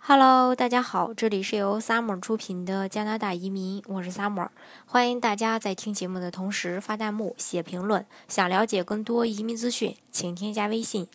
Hello，大家好，这里是由 Summer 出品的加拿大移民，我是 Summer，欢迎大家在听节目的同时发弹幕、写评论。想了解更多移民资讯，请添加微信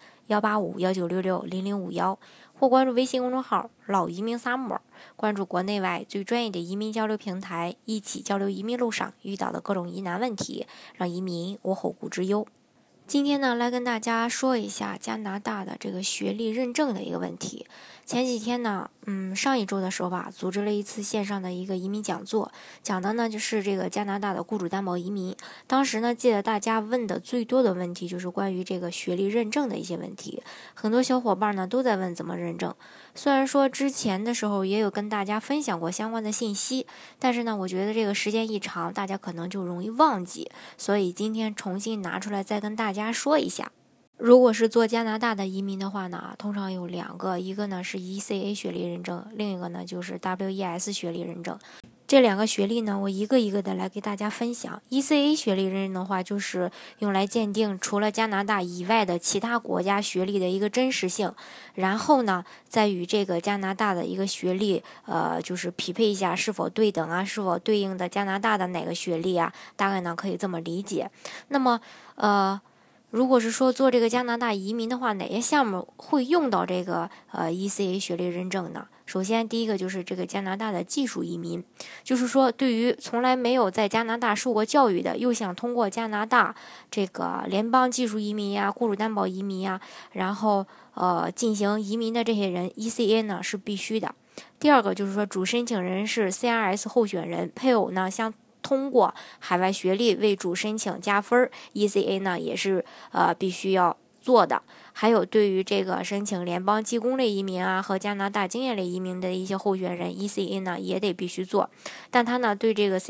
18519660051，或关注微信公众号老移民 Summer， 关注国内外最专业的移民交流平台，一起交流移民路上遇到的各种疑难问题，让移民无后顾之忧。今天呢，来跟大家说一下加拿大的这个学历认证的一个问题。前几天呢，上一周的时候吧，组织了一次线上的一个移民讲座，讲的呢就是这个加拿大的雇主担保移民。当时呢，记得大家问的最多的问题就是关于这个学历认证的一些问题，很多小伙伴呢都在问怎么认证。虽然说之前的时候也有跟大家分享过相关的信息，但是呢，我觉得这个时间一长，大家可能就容易忘记，所以今天重新拿出来再跟大家说一下。如果是做加拿大的移民的话呢，通常有两个，一个呢是 ECA 学历认证，另一个呢就是 WES 学历认证。这两个学历呢，我一个一个的来给大家分享。ECA 学历认证的话，就是用来鉴定除了加拿大以外的其他国家学历的一个真实性，然后呢，再与这个加拿大的一个学历，就是匹配一下是否对等啊，是否对应的加拿大的哪个学历啊，大概呢可以这么理解。那么，如果是说做这个加拿大移民的话，哪些项目会用到这个ECA 学历认证呢？首先，第一个就是这个加拿大的技术移民，就是说对于从来没有在加拿大受过教育的，又想通过加拿大这个联邦技术移民呀、雇主担保移民呀，然后进行移民的这些人 ，ECA 呢是必须的。第二个就是说主申请人是 CRS 候选人，配偶呢相通过海外学历为主申请加分 ，ECA 呢也是必须要做的。还有对于这个申请联邦技工类移民啊和加拿大经验类移民的一些候选人 ，ECA 呢也得必须做，但它呢对这个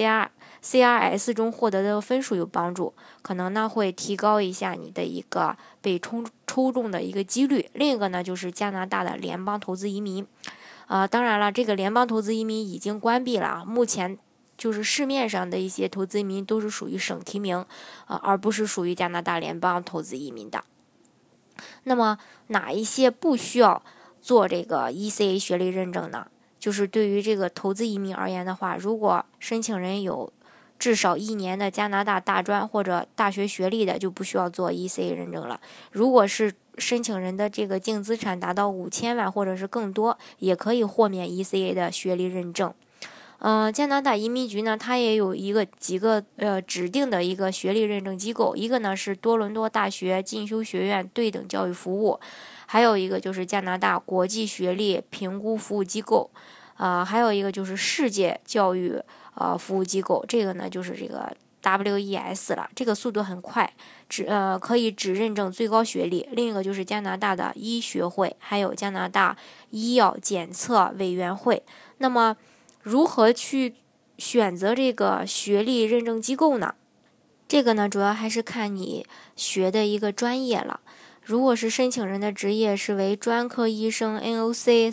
CRS 中获得的分数有帮助，可能呢会提高一下你的一个被抽中的一个几率。另一个呢就是加拿大的联邦投资移民，当然了，这个联邦投资移民已经关闭了，目前就是市面上的一些投资移民都是属于省提名，而不是属于加拿大联邦投资移民的。那么哪一些不需要做这个 ECA 学历认证呢？就是对于这个投资移民而言的话，如果申请人有至少1年的加拿大大专或者大学学历的，就不需要做 ECA 认证了。如果是申请人的这个净资产达到5000万或者是更多，也可以豁免 ECA 的学历认证。加拿大移民局呢，它也有几个指定的一个学历认证机构，一个呢是多伦多大学进修学院对等教育服务，还有一个就是加拿大国际学历评估服务机构，还有一个就是世界教育服务机构，这个呢就是这个 WES 了，这个速度很快，可以只认证最高学历。另一个就是加拿大的医学会，还有加拿大医药检测委员会。那么如何去选择这个学历认证机构呢？这个呢，主要还是看你学的一个专业了。如果是申请人的职业是为专科医生 NOC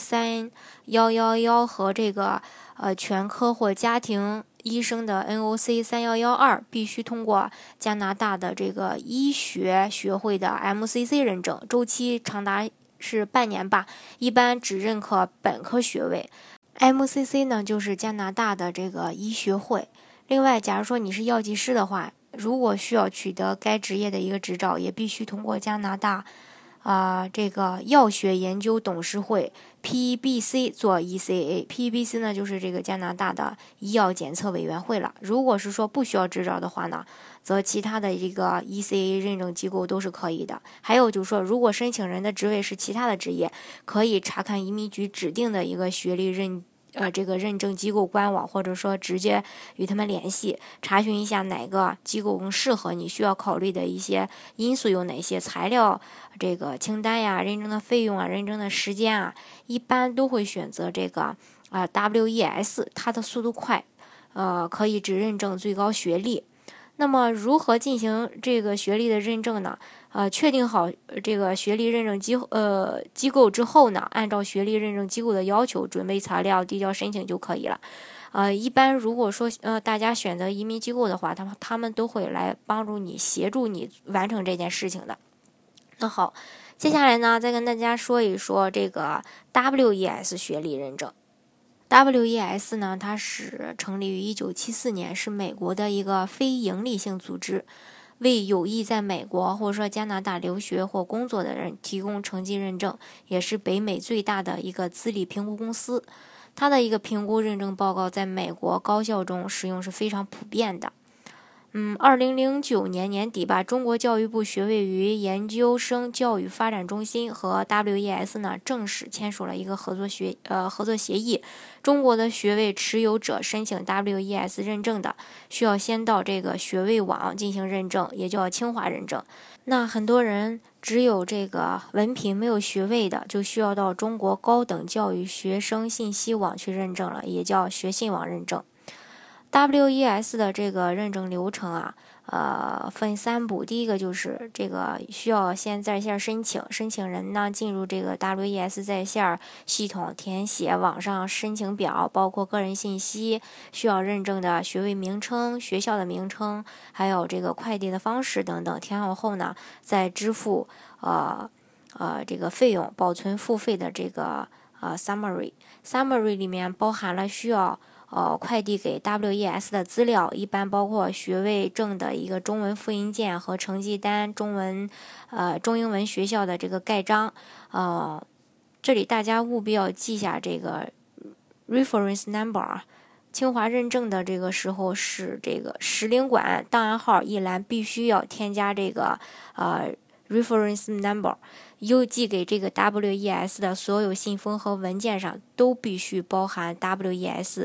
3111和这个全科或家庭医生的 NOC 3112，必须通过加拿大的这个医学学会的 MCC 认证，周期长达是半年吧，一般只认可本科学位。MCC 呢，就是加拿大的这个医学会。另外，假如说你是药剂师的话，如果需要取得该职业的一个执照，也必须通过加拿大这个药学研究董事会 PEBC 做 ECA。PEBC 呢，就是这个加拿大的医药检测委员会了。如果是说不需要执照的话呢，则其他的一个 ECA 认证机构都是可以的。还有就是说，如果申请人的职位是其他的职业，可以查看移民局指定的一个学历这个认证机构官网，或者说直接与他们联系，查询一下哪个机构更适合你，需要考虑的一些因素有哪些，材料这个清单呀、认证的费用啊、认证的时间啊，一般都会选择这个WES， 它的速度快，可以只认证最高学历。那么如何进行这个学历的认证呢？确定好这个学历认证机构之后呢，按照学历认证机构的要求准备材料递交申请就可以了。一般如果说大家选择移民机构的话，他们都会来帮助你协助你完成这件事情的。那好， 接下来呢，再跟大家说一说这个 WES 学历认证。WES 呢，它是成立于1974年，是美国的一个非营利性组织，为有意在美国或者说加拿大留学或工作的人提供成绩认证，也是北美最大的一个资历评估公司。它的一个评估认证报告在美国高校中使用是非常普遍的。2009年年底吧，中国教育部学位与研究生教育发展中心和 WES 呢正式签署了一个合作协议。中国的学位持有者申请 WES 认证的，需要先到这个学位网进行认证，也叫清华认证。那很多人只有这个文凭没有学位的，就需要到中国高等教育学生信息网去认证了，也叫学信网认证。WES 的这个认证流程啊，分3步。第一个就是这个需要先在线申请，申请人呢进入这个 WES 在线系统填写网上申请表，包括个人信息、需要认证的学位名称、学校的名称，还有这个快递的方式等等。填好后呢，再支付这个费用，保存付费的这个summary 里面包含了需要快递给 WES 的资料，一般包括学位证的一个中文复印件和成绩单、中英文学校的这个盖章。这里大家务必要记下这个 reference number。清华认证的这个时候是这个使领馆档案号一栏必须要添加这个reference number。邮寄给这个 WES 的所有信封和文件上都必须包含 WES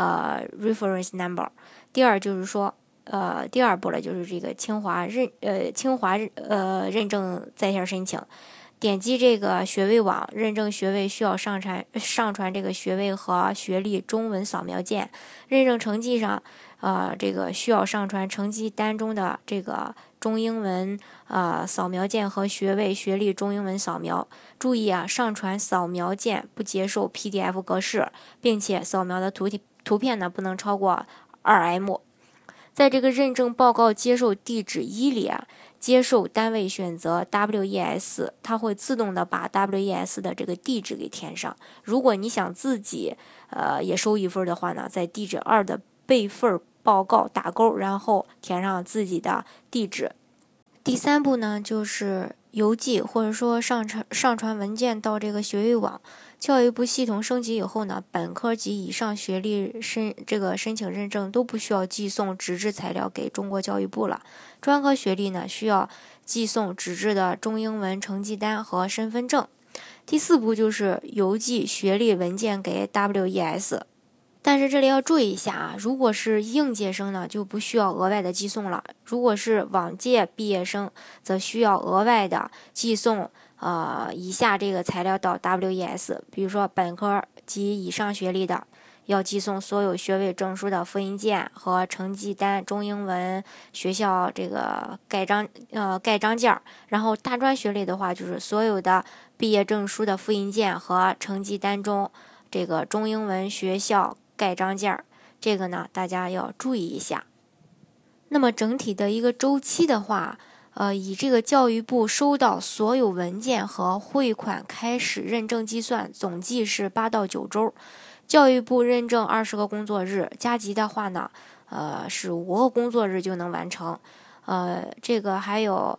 reference number。第二就是说，第二步了，就是这个清华认证在线申请。点击这个学位网认证学位，需要上传这个学位和学历中文扫描件。认证成绩上，这个需要上传成绩单中的这个中英文扫描件和学位学历中英文扫描。注意啊，上传扫描件不接受 PDF 格式，并且扫描的图片呢不能超过2M。在这个认证报告接受地址1里接受单位选择 WES， 它会自动的把 WES 的这个地址给填上。如果你想自己也收一份的话呢，在地址2的备份报告打勾，然后填上自己的地址。第3步呢，就是邮寄或者说上传文件到这个学位网。教育部系统升级以后呢，本科及以上学历申请认证都不需要寄送纸质材料给中国教育部了。专科学历呢，需要寄送纸质的中英文成绩单和身份证。第4步就是邮寄学历文件给 WES。但是这里要注意一下啊，如果是应届生呢，就不需要额外的寄送了；如果是往届毕业生，则需要额外的寄送以下这个材料到 WES。比如说本科及以上学历的，要寄送所有学位证书的复印件和成绩单中英文学校这个盖章件。然后大专学历的话，就是所有的毕业证书的复印件和成绩单中这个中英文学校盖章件。这个呢大家要注意一下。那么整体的一个周期的话，以这个教育部收到所有文件和汇款开始认证计算，总计是8到9周。教育部认证20个工作日，加急的话呢，是5个工作日就能完成。这个还有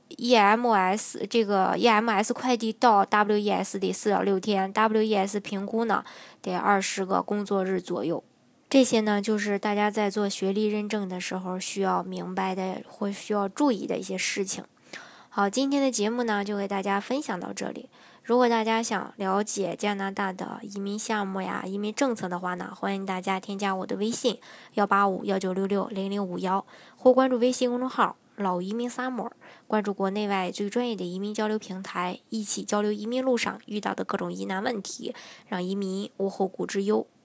EMS 快递到 WES 得4到6天 ，WES 评估呢得20个工作日左右。这些呢，就是大家在做学历认证的时候需要明白的或需要注意的一些事情。好，今天的节目呢，就给大家分享到这里。如果大家想了解加拿大的移民项目呀、移民政策的话呢，欢迎大家添加我的微信18519660051，或关注微信公众号老移民萨摩尔，关注国内外最专业的移民交流平台，一起交流移民路上遇到的各种疑难问题，让移民无后顾之忧。